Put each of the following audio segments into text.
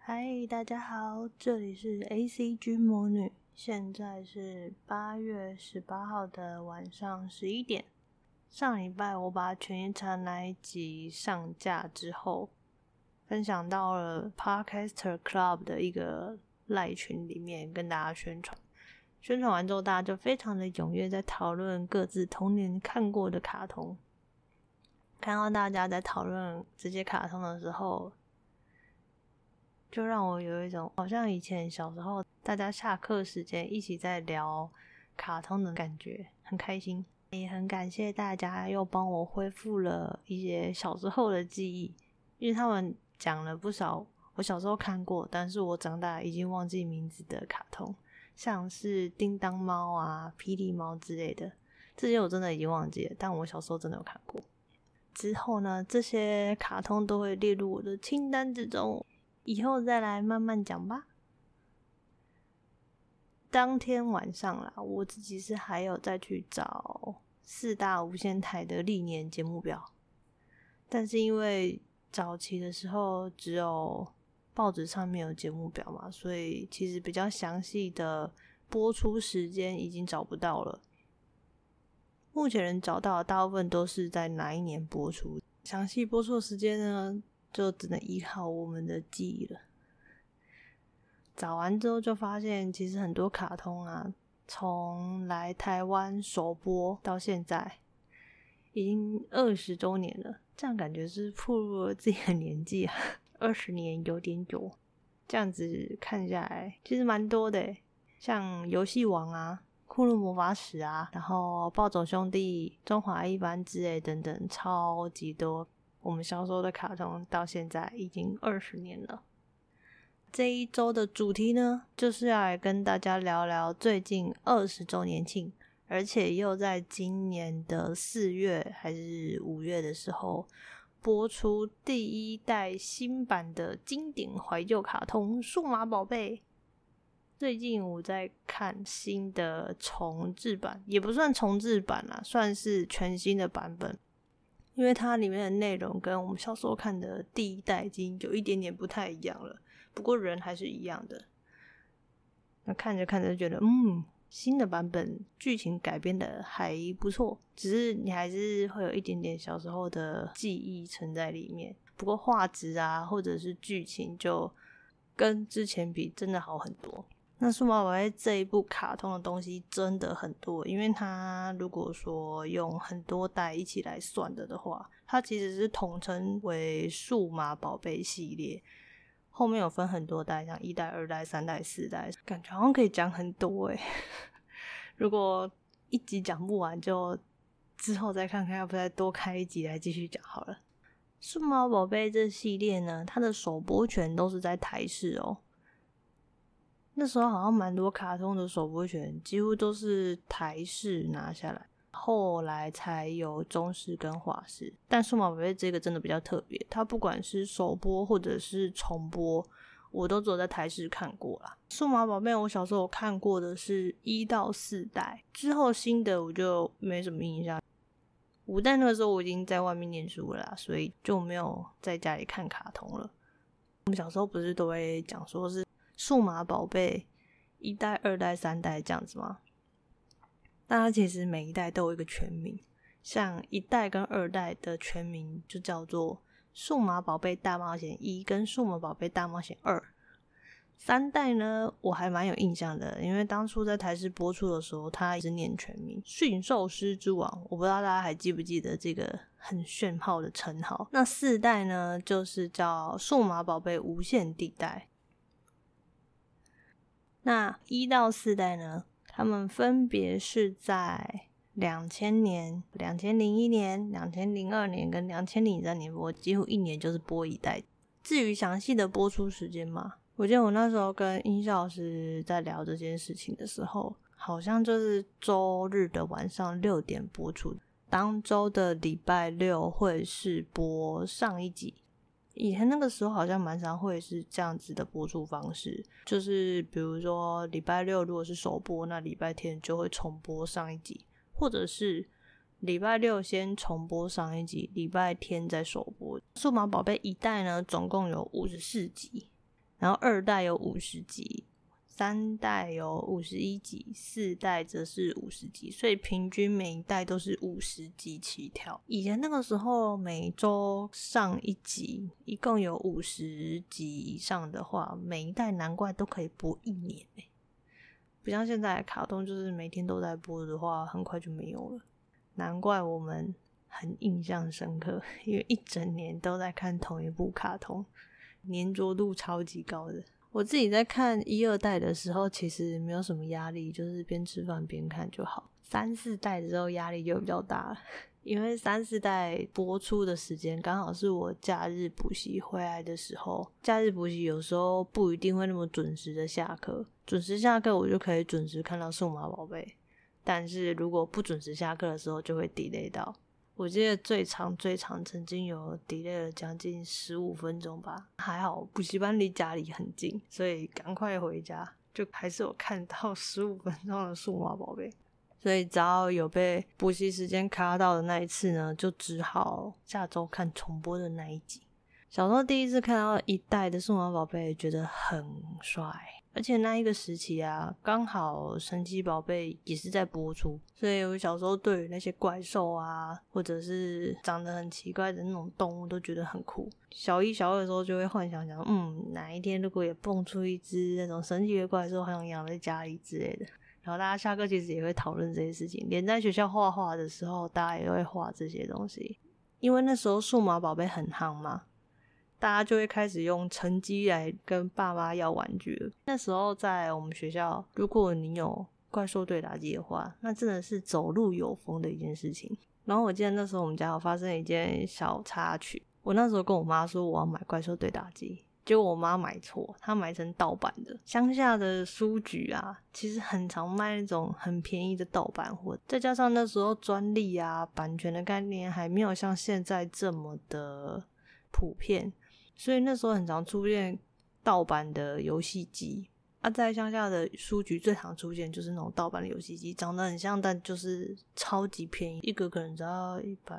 嗨，大家好，这里是 ACG 魔女，现在是8月18号的晚上11点。上礼拜我把全一餐那一集上架之后，分享到了 Podcaster Club 的一个赖群里面跟大家宣传。宣传完之后，大家就非常的踊跃在讨论各自童年看过的卡通。看到大家在讨论这些卡通的时候，就让我有一种好像以前小时候大家下课时间一起在聊卡通的感觉，很开心。也很感谢大家又帮我恢复了一些小时候的记忆，因为他们讲了不少我小时候看过但是我长大已经忘记名字的卡通，像是叮当猫啊、霹雳猫之类的，这些我真的已经忘记了，但我小时候真的有看过。之后呢，这些卡通都会列入我的清单之中，以后再来慢慢讲吧。当天晚上啦，我自己是还有再去找4大无线台的历年节目表，但是因为早期的时候只有报纸上面有节目表嘛，所以其实比较详细的播出时间已经找不到了。目前能找到的大部分都是在哪一年播出，详细播出的时间呢，就只能依靠我们的记忆了。找完之后就发现其实很多卡通啊，从来台湾首播到现在已经20周年了，这样感觉是暴露了自己的年纪啊，20年有点久。这样子看下来其实蛮多的耶，像游戏王啊、库洛魔法使啊，然后暴走兄弟、中华一番之类等等，超级多。我们小时候的卡通到现在已经20年了。这一周的主题呢，就是要来跟大家聊聊最近20周年庆，而且又在今年的4月还是5月的时候播出第一代新版的经典怀旧卡通数码宝贝。最近我在看新的重制版，也不算重制版啦，算是全新的版本，因为它里面的内容跟我们小时候看的第一代已经有一点点不太一样了，不过人还是一样的。那看着看着就觉得新的版本剧情改编的还不错，只是你还是会有一点点小时候的记忆存在里面，不过画质啊或者是剧情就跟之前比真的好很多。那数码宝贝这一部卡通的东西真的很多，因为它如果说用很多代一起来算的话，它其实是统称为数码宝贝系列，后面有分很多代，像1代、2代、3代、4代，感觉好像可以讲很多耶如果一集讲不完，就之后再看看要不再多开一集来继续讲好了。数码宝贝这系列呢，它的首播权都是在台视哦。那时候好像蛮多卡通的首播权几乎都是台视拿下来，后来才有中视跟华视。但数码宝贝这个真的比较特别，它不管是首播或者是重播，我都只有在台视看过啦。数码宝贝我小时候有看过的是1到4代，之后新的我就没什么印象。5代那个时候我已经在外面念书了啦，所以就没有在家里看卡通了。我们小时候不是都会讲说是数码宝贝1代、2代、3代这样子吗？但它其实每一代都有一个全名，像1代跟2代的全名就叫做数码宝贝大冒险1跟数码宝贝大冒险2。3代呢我还蛮有印象的，因为当初在台视播出的时候它一直念全名驯兽师之王，我不知道大家还记不记得这个很炫炮的称号。那4代呢就是叫数码宝贝无限地带。那1到4代呢，他们分别是在2000年、2001年、2002年跟2003年播，几乎一年就是播一代。至于详细的播出时间嘛，我记得我那时候跟音效老师在聊这件事情的时候，好像就是周日的晚上6点播出，当周的礼拜6会是播上一集。以前那个时候好像蛮常会是这样子的播出方式，就是比如说礼拜6如果是首播，那礼拜天就会重播上一集，或者是礼拜6先重播上一集，礼拜天再首播。数码宝贝1代呢总共有54集， 然后2代有50集，3代有51集，4代则是50集，所以平均每一代都是50集起跳。以前那个时候每周上1集，一共有50集以上的话，每一代难怪都可以播1年耶。不像现在的卡通就是每天都在播的话，很快就没有了。难怪我们很印象深刻，因为一整年都在看同一部卡通，粘着度超级高的。我自己在看1、2代的时候其实没有什么压力，就是边吃饭边看就好。3、4代的时候压力就比较大了，因为3、4代播出的时间刚好是我假日补习回来的时候。假日补习有时候不一定会那么准时的下课，准时下课我就可以准时看到数码宝贝，但是如果不准时下课的时候就会 delay 到。我记得最长曾经有 delay 了将近15分钟吧，还好补习班离家里很近，所以赶快回家，就还是有看到15分钟的数码宝贝。所以只要有被补习时间卡到的那一次呢，就只好下周看重播的那一集。小时候第一次看到1代的数码宝贝觉得很帅，而且那一个时期啊，刚好神奇宝贝也是在播出，所以我小时候对于那些怪兽啊，或者是长得很奇怪的那种动物都觉得很酷。小1、小2的时候就会幻想哪一天如果也蹦出一只那种神奇的怪兽，好想养在家里之类的。然后大家下课其实也会讨论这些事情，连在学校画画的时候大家也会画这些东西。因为那时候数码宝贝很夯嘛，大家就会开始用成绩来跟爸妈要玩具了。那时候在我们学校，如果你有怪兽对打机的话，那真的是走路有风的一件事情。然后我记得那时候我们家有发生一件小插曲，我那时候跟我妈说我要买怪兽对打机，结果我妈买错，她买成盗版的。乡下的书局啊，其实很常卖那种很便宜的盗版货，再加上那时候专利啊、版权的概念还没有像现在这么的普遍，所以那时候很常出现盗版的游戏机啊。在乡下的书局最常出现就是那种盗版的游戏机，长得很像，但就是超级便宜，一个可能只要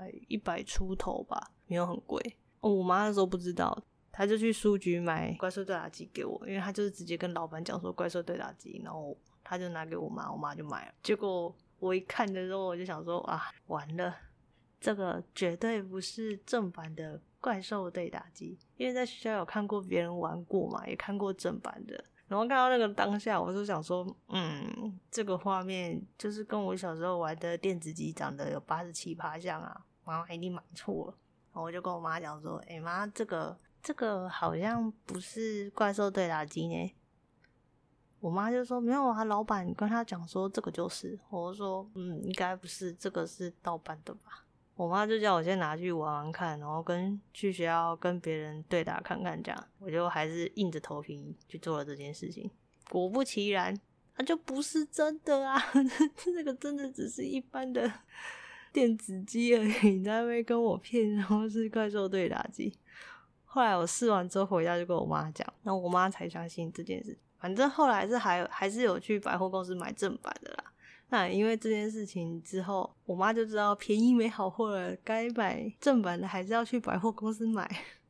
100出头吧，没有很贵。我妈那时候不知道，她就去书局买怪兽对打机给我，因为她就是直接跟老板讲说怪兽对打机，然后她就拿给我妈，我妈就买了。结果我一看的时候我就想说啊，完了，这个绝对不是正版的怪兽对打机，因为在学校有看过别人玩过嘛，也看过正版的。然后看到那个当下我就想说这个画面就是跟我小时候玩的电子机长得有87%像啊，妈妈一定买错了。然后我就跟我妈讲说妈，这个好像不是怪兽对打机呢。我妈就说没有啊，老板跟他讲说这个就是。我就说应该不是，这个是盗版的吧。我妈就叫我先拿去玩玩看，然后去学校跟别人对打看看这样。我就还是硬着头皮去做了这件事情。果不其然，它就不是真的啊这个真的只是一般的电子机而已，你在那边跟我骗，然后是怪兽对打机。后来我试完之后回家就跟我妈讲，然后我妈才相信这件事。反正后来还是有去百货公司买正版的啦。那因为这件事情之后，我妈就知道便宜没好货了，该买正版的还是要去百货公司买。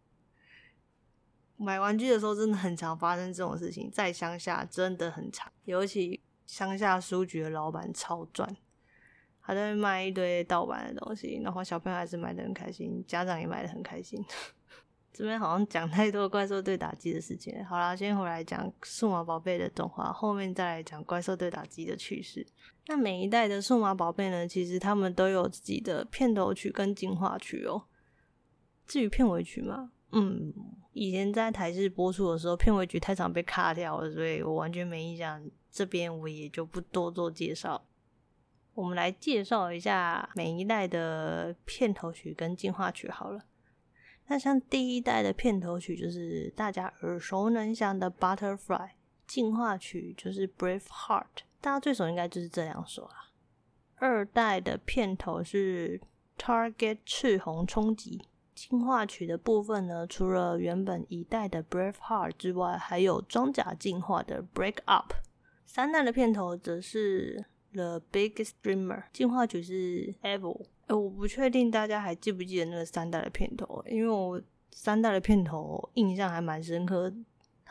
买玩具的时候真的很常发生这种事情，在乡下真的很常，尤其乡下书局的老板超赚，他在卖一堆盗版的东西，然后小朋友还是买得很开心，家长也买得很开心。这边好像讲太多怪兽对打机的事情。好啦，先回来讲数码宝贝的动画，后面再来讲怪兽对打机的趣事。那每一代的数码宝贝呢，其实他们都有自己的片头曲跟进化曲哦。至于片尾曲嘛，以前在台视播出的时候，片尾曲太常被卡掉了，所以我完全没印象，这边我也就不多做介绍。我们来介绍一下每一代的片头曲跟进化曲好了。那像第一代的片头曲就是大家耳熟能详的 Butterfly， 进化曲就是 Braveheart， 大家最熟应该就是这两首啦。2代的片头是 Target 赤红冲击，进化曲的部分呢，除了原本1代的 Braveheart 之外，还有装甲进化的 Break Up。 3代的片头则是 The Biggest Dreamer， 进化曲是 Evil。我不确定大家还记不记得那个3代的片头，因为我3代的片头印象还蛮深刻的。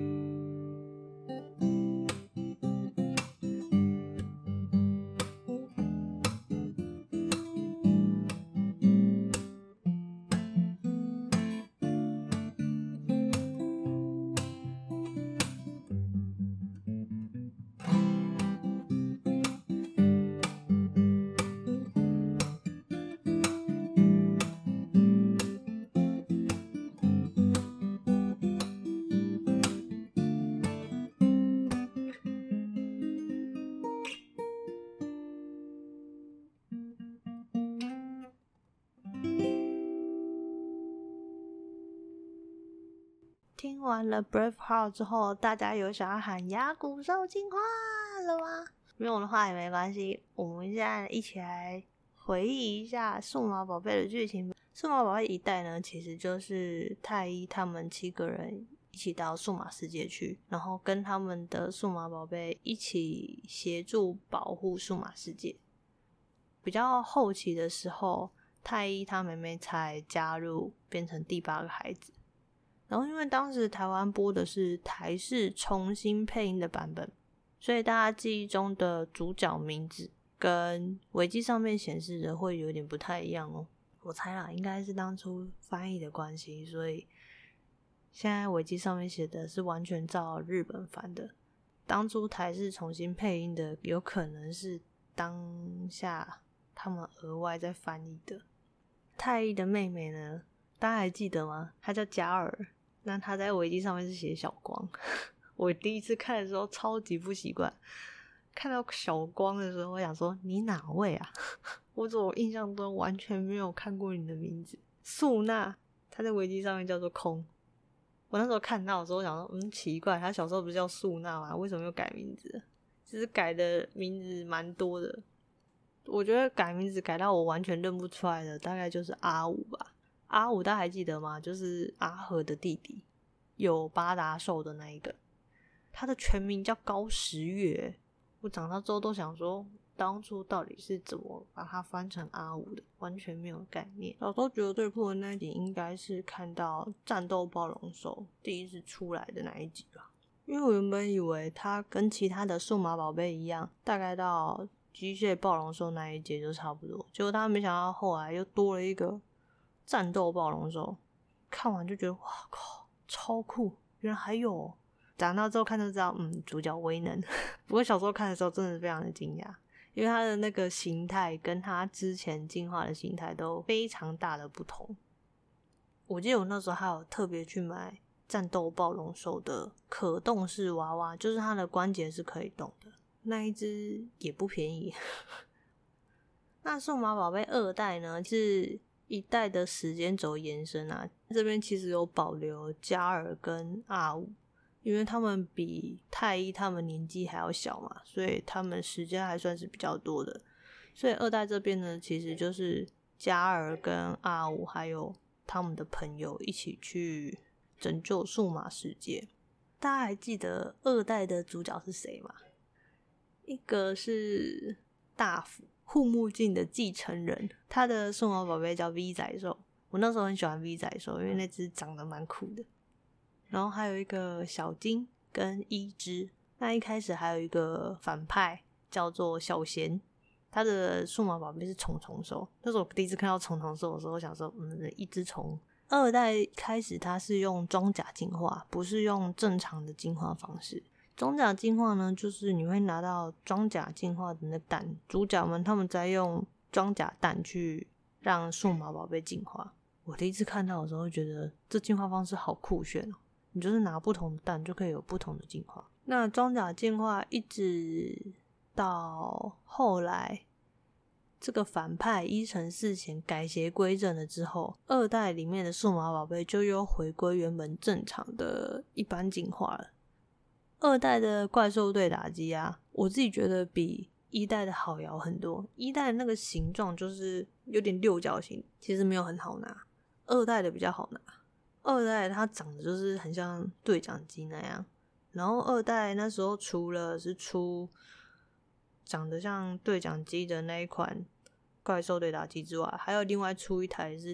听完了 Braveheart 之后，大家有想要喊牙骨兽进化了吗？没有的话也没关系，我们现在一起来回忆一下数码宝贝的剧情。数码宝贝一代呢，其实就是太一他们7个人一起到数码世界去，然后跟他们的数码宝贝一起协助保护数码世界。比较后期的时候，太一他妹妹才加入，变成第8个孩子。然后因为当时台湾播的是台视重新配音的版本，所以大家记忆中的主角名字跟维基上面显示的会有点不太一样哦。我猜啦，应该是当初翻译的关系，所以现在维基上面写的是完全照日本翻的。当初台视重新配音的有可能是当下他们额外在翻译的。太一的妹妹呢，大家还记得吗？她叫嘉儿，那她在维基上面是写小光。我第一次看的时候超级不习惯，看到小光的时候我想说你哪位啊？我怎么印象中完全没有看过你的名字。素娜她在维基上面叫做空，我那时候看到的时候想说奇怪，她小时候不是叫素娜吗？为什么又改名字？其实改的名字蛮多的，我觉得改名字改到我完全认不出来的大概就是阿武吧。阿武大家还记得吗？就是阿和的弟弟，有八达兽的那一个。他的全名叫高时月，我长大之后都想说当初到底是怎么把它翻成阿武的，完全没有概念。小时候觉得最酷的那一集应该是看到战斗暴龙兽第一次出来的那一集吧，因为我原本以为它跟其他的数码宝贝一样，大概到机械暴龙兽那一节就差不多，结果大家没想到后来又多了一个战斗暴龙兽，看完就觉得哇靠，超酷，原来还有哦。长大之后看就知道主角威能。不过小时候看的时候真的是非常的惊讶，因为他的那个形态跟他之前进化的形态都非常大的不同。我记得我那时候还有特别去买战斗暴龙兽的可动式娃娃，就是它的关节是可以动的，那一只也不便宜。那数码宝贝2代呢，是1代的时间轴延伸啊，这边其实有保留嘉尔跟阿武，因为他们比太一他们年纪还要小嘛，所以他们时间还算是比较多的。所以2代这边呢，其实就是嘉尔跟阿武还有他们的朋友一起去拯救数码世界。大家还记得2代的主角是谁吗？一个是大辅，护目镜的继承人，他的数码宝贝叫 V 仔兽，我那时候很喜欢 V 仔兽，因为那只长得蛮酷的。然后还有一个小金跟一只，那一开始还有一个反派叫做小贤，他的数码宝贝是虫虫兽。那时候我第一次看到虫虫兽的时候，我想说一只虫。2代开始它是用装甲进化，不是用正常的进化方式。装甲进化呢，就是你会拿到装甲进化的那蛋，主角们他们在用装甲蛋去让数码宝贝进化。我第一次看到的时候觉得这进化方式好酷炫哦，你就是拿不同的蛋就可以有不同的进化。那装甲进化一直到后来这个反派一城四贤改邪归正了之后，2代里面的数码宝贝就又回归原本正常的一般进化了。2代的怪兽对打机啊，我自己觉得比1代的好摇很多。1代的那个形状就是有点六角形，其实没有很好拿。2代的比较好拿。2代它长得就是很像对讲机那样，然后2代那时候除了是出长得像对讲机的那一款怪兽对打机之外，还有另外出一台是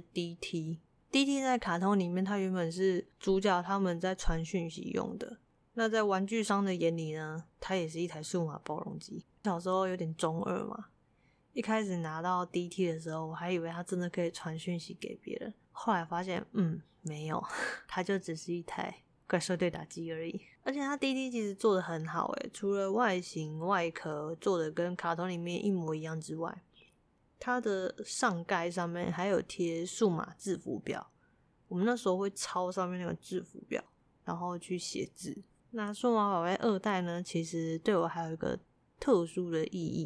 DT。DT 在卡通里面它原本是主角他们在传讯息用的，那在玩具商的眼里呢，它也是一台数码暴龙机。小时候有点中二嘛，一开始拿到 DT 的时候，我还以为它真的可以传讯息给别人，后来发现没有，它就只是一台怪兽对打机而已。而且它 DT 其实做得很好耶，除了外形外壳做得跟卡通里面一模一样之外，它的上盖上面还有贴数码字符表，我们那时候会抄上面那个字符表然后去写字。那数码宝贝2代呢，其实对我还有一个特殊的意义，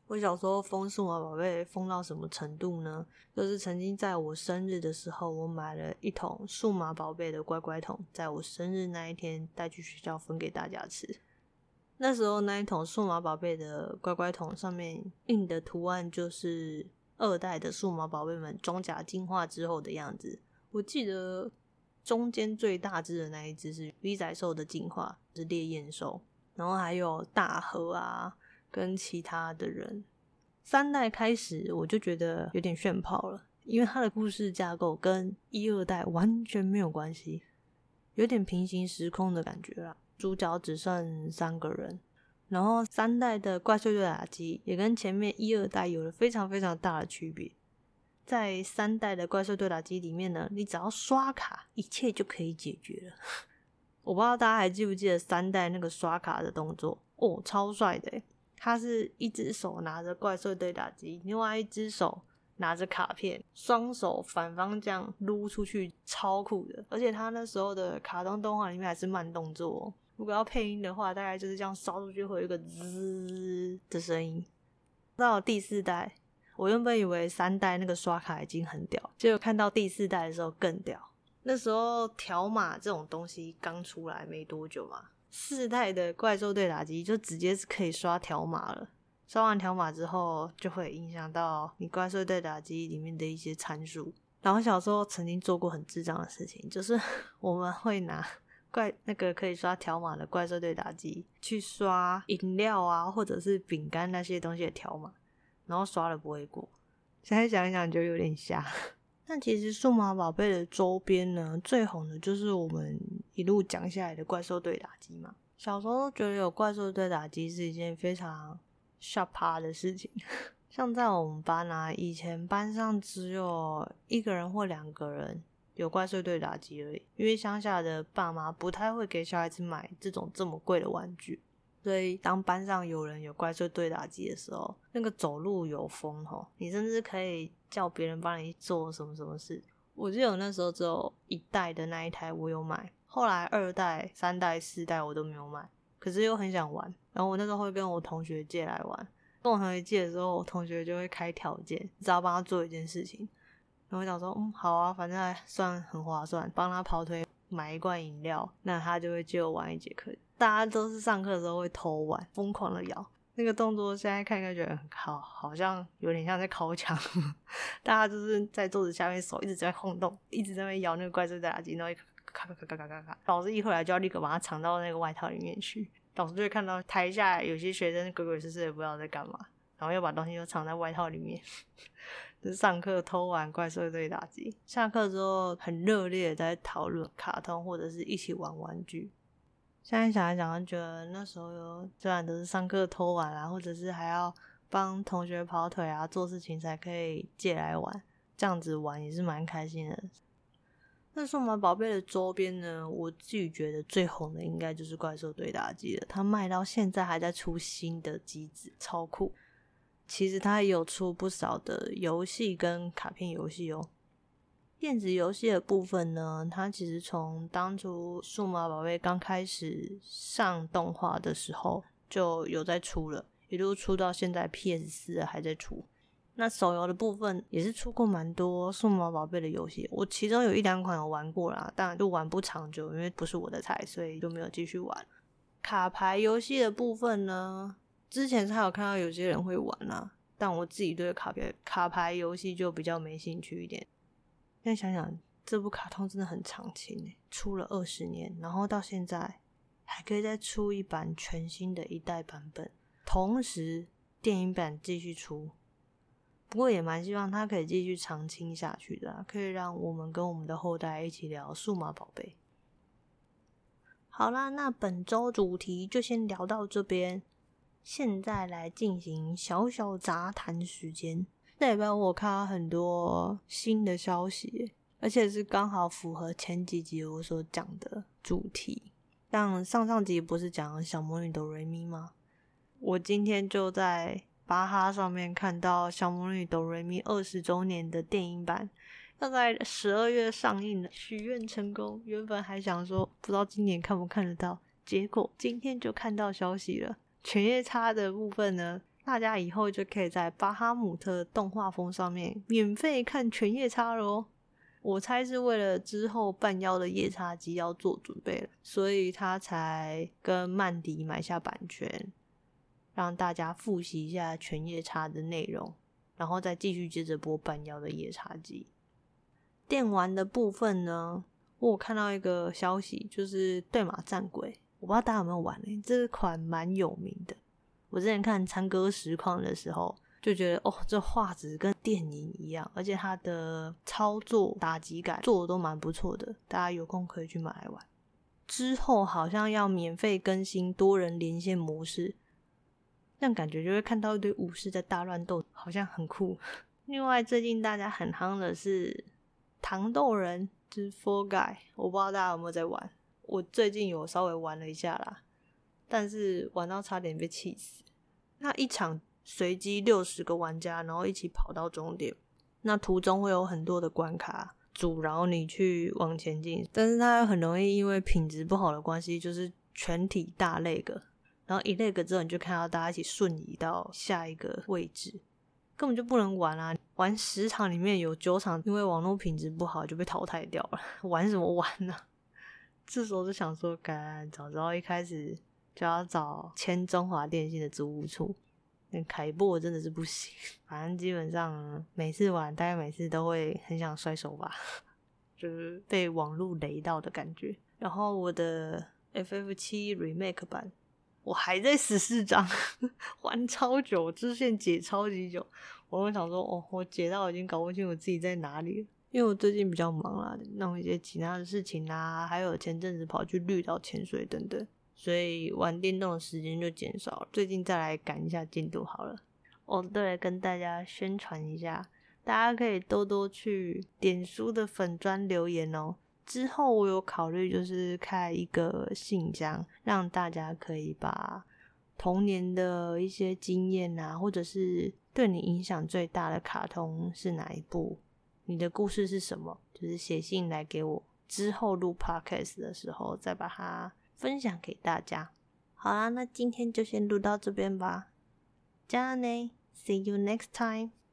我小时候疯数码宝贝疯到什么程度呢？就是曾经在我生日的时候，我买了一桶数码宝贝的乖乖桶，在我生日那一天带去学校分给大家吃。那时候那一桶数码宝贝的乖乖桶上面印的图案就是2代的数码宝贝们装甲进化之后的样子。我记得中间最大只的那一只是 V 仔兽的进化，是烈焰兽，然后还有大和啊跟其他的人。3代开始我就觉得有点炫炮了，因为它的故事架构跟1、2代完全没有关系，有点平行时空的感觉啦。主角只剩3个人，然后3代的怪兽对打机也跟前面1、2代有了非常非常大的区别。在3代的怪兽对打机里面呢，你只要刷卡，一切就可以解决了。我不知道大家还记不记得3代那个刷卡的动作哦，超帅的耶！他是一只手拿着怪兽对打机，另外一只手拿着卡片，双手反方这样撸出去，超酷的。而且他那时候的卡通动画里面还是慢动作哦，如果要配音的话，大概就是这样烧出去会有一个滋的声音。到了第4代，我原本以为3代那个刷卡已经很屌，结果看到第4代的时候更屌。那时候条码这种东西刚出来没多久嘛，4代的怪兽对打机就直接是可以刷条码了。刷完条码之后，就会影响到你怪兽对打机里面的一些参数。然后小时候曾经做过很智障的事情，就是我们会拿那个可以刷条码的怪兽对打机去刷饮料啊，或者是饼干那些东西的条码，然后刷了不会过。现在想一想就有点瞎。但其实数码宝贝的周边呢，最红的就是我们一路讲下来的怪兽对打机嘛。小时候觉得有怪兽对打机是一件非常吓趴的事情。像在我们班啊，以前班上只有1个人或2个人有怪兽对打机而已，因为乡下的爸妈不太会给小孩子买这种这么贵的玩具。所以当班上有人有怪兽对打机的时候，那个走路有风吼，你甚至可以叫别人帮你做什么什么事。我记得我那时候只有1代的那一台我有买，后来2代、3代、4代我都没有买，可是又很想玩，然后我那时候会跟我同学借来玩。跟我同学借的时候，我同学就会开条件，只要帮他做一件事情。然后我想说好啊，反正还算很划算，帮他跑腿买一罐饮料，那他就会借我玩1节课。大家都是上课的时候会偷玩，疯狂的摇那个动作，现在看觉得好像有点像在敲墙。大家就是在桌子下面手一直在晃动，一直在那边摇那个怪兽对打机，然后咔咔咔咔咔咔咔，老师一回来就要立刻把它藏到那个外套里面去。老师就会看到台下有些学生鬼鬼祟祟的不知道在干嘛，然后又把东西都藏在外套里面。就是上课偷玩怪兽对打机，下课之后很热烈的在讨论卡通或者是一起玩玩具。现在想一想，觉得那时候虽然都是上课偷玩啊，或者是还要帮同学跑腿啊，做事情才可以借来玩，这样子玩也是蛮开心的。那数码宝贝的周边呢，我自己觉得最红的应该就是怪兽对打机了，它卖到现在还在出新的机子，超酷。其实它也有出不少的游戏跟卡片游戏哦。电子游戏的部分呢，它其实从当初数码宝贝刚开始上动画的时候就有在出了，一路出到现在 PS4 还在出。那手游的部分也是出过蛮多数码宝贝的游戏，我其中有1、2款有玩过啦，但就玩不长久，因为不是我的菜，所以就没有继续玩。卡牌游戏的部分呢，之前才有看到有些人会玩啦，但我自己对卡牌游戏就比较没兴趣一点。现在想想，这部卡通真的很长青耶，出了20年，然后到现在还可以再出一版全新的1代版本，同时电影版继续出。不过也蛮希望它可以继续长青下去的啦，可以让我们跟我们的后代一起聊数码宝贝。好啦，那本周主题就先聊到这边，现在来进行小小杂谈时间。这礼拜我看到很多新的消息，而且是刚好符合前几集我所讲的主题。像上集不是讲小魔女哆瑞咪吗？我今天就在巴哈上面看到小魔女哆瑞咪20周年的电影版要在12月上映了，许愿成功。原本还想说不知道今年看不看得到，结果今天就看到消息了。犬夜叉的部分呢， 大家以后就可以在巴哈姆特动画风上面免费看犬夜叉了哦。我猜是为了之后半妖的夜叉姬要做准备了，所以他才跟曼迪买下版权，让大家复习一下犬夜叉的内容，然后再继续接着播半妖的夜叉姬。电玩的部分呢，我有看到一个消息，就是对马战鬼，我不知道大家有没有玩这款蛮有名的。我之前看参歌实况的时候就觉得这画质跟电影一样，而且它的操作打击感做的都蛮不错的，大家有空可以去买来玩。之后好像要免费更新多人连线模式，这样感觉就会看到一堆武士在大乱斗，好像很酷。另外最近大家很夯的是糖豆人，就是 Fall Guy， 我不知道大家有没有在玩，我最近有稍微玩了一下啦，但是玩到差点被气死。那一场随机60个玩家，然后一起跑到终点，那途中会有很多的关卡阻挠你去往前进，但是它很容易因为品质不好的关系，就是全体大 lag， 然后一 lag 之后你就看到大家一起瞬移到下一个位置，根本就不能玩啊！玩10场里面有9场因为网络品质不好就被淘汰掉了，玩什么玩啊？这时候就想说，早知道一开始就要找签中华电信的租屋处，那凯擘真的是不行。反正基本上每次玩大概每次都会很想摔手把，就是被网路雷到的感觉。然后我的 FF7 remake 版我还在14章玩超久，支线解超级久，我就想说我解到已经搞不清我自己在哪里了。因为我最近比较忙啦，弄一些其他的事情啊，还有前阵子跑去绿岛潜水等等，所以玩电动的时间就减少了。最近再来赶一下进度好了。对了，跟大家宣传一下，大家可以多多去点书的粉专留言哦。之后我有考虑就是开一个信箱，让大家可以把童年的一些经验啊，或者是对你影响最大的卡通是哪一部，你的故事是什么，就是写信来给我，之后录 podcast 的时候再把它分享给大家。好啦，那今天就先录到这边吧。じゃあね，see you next time。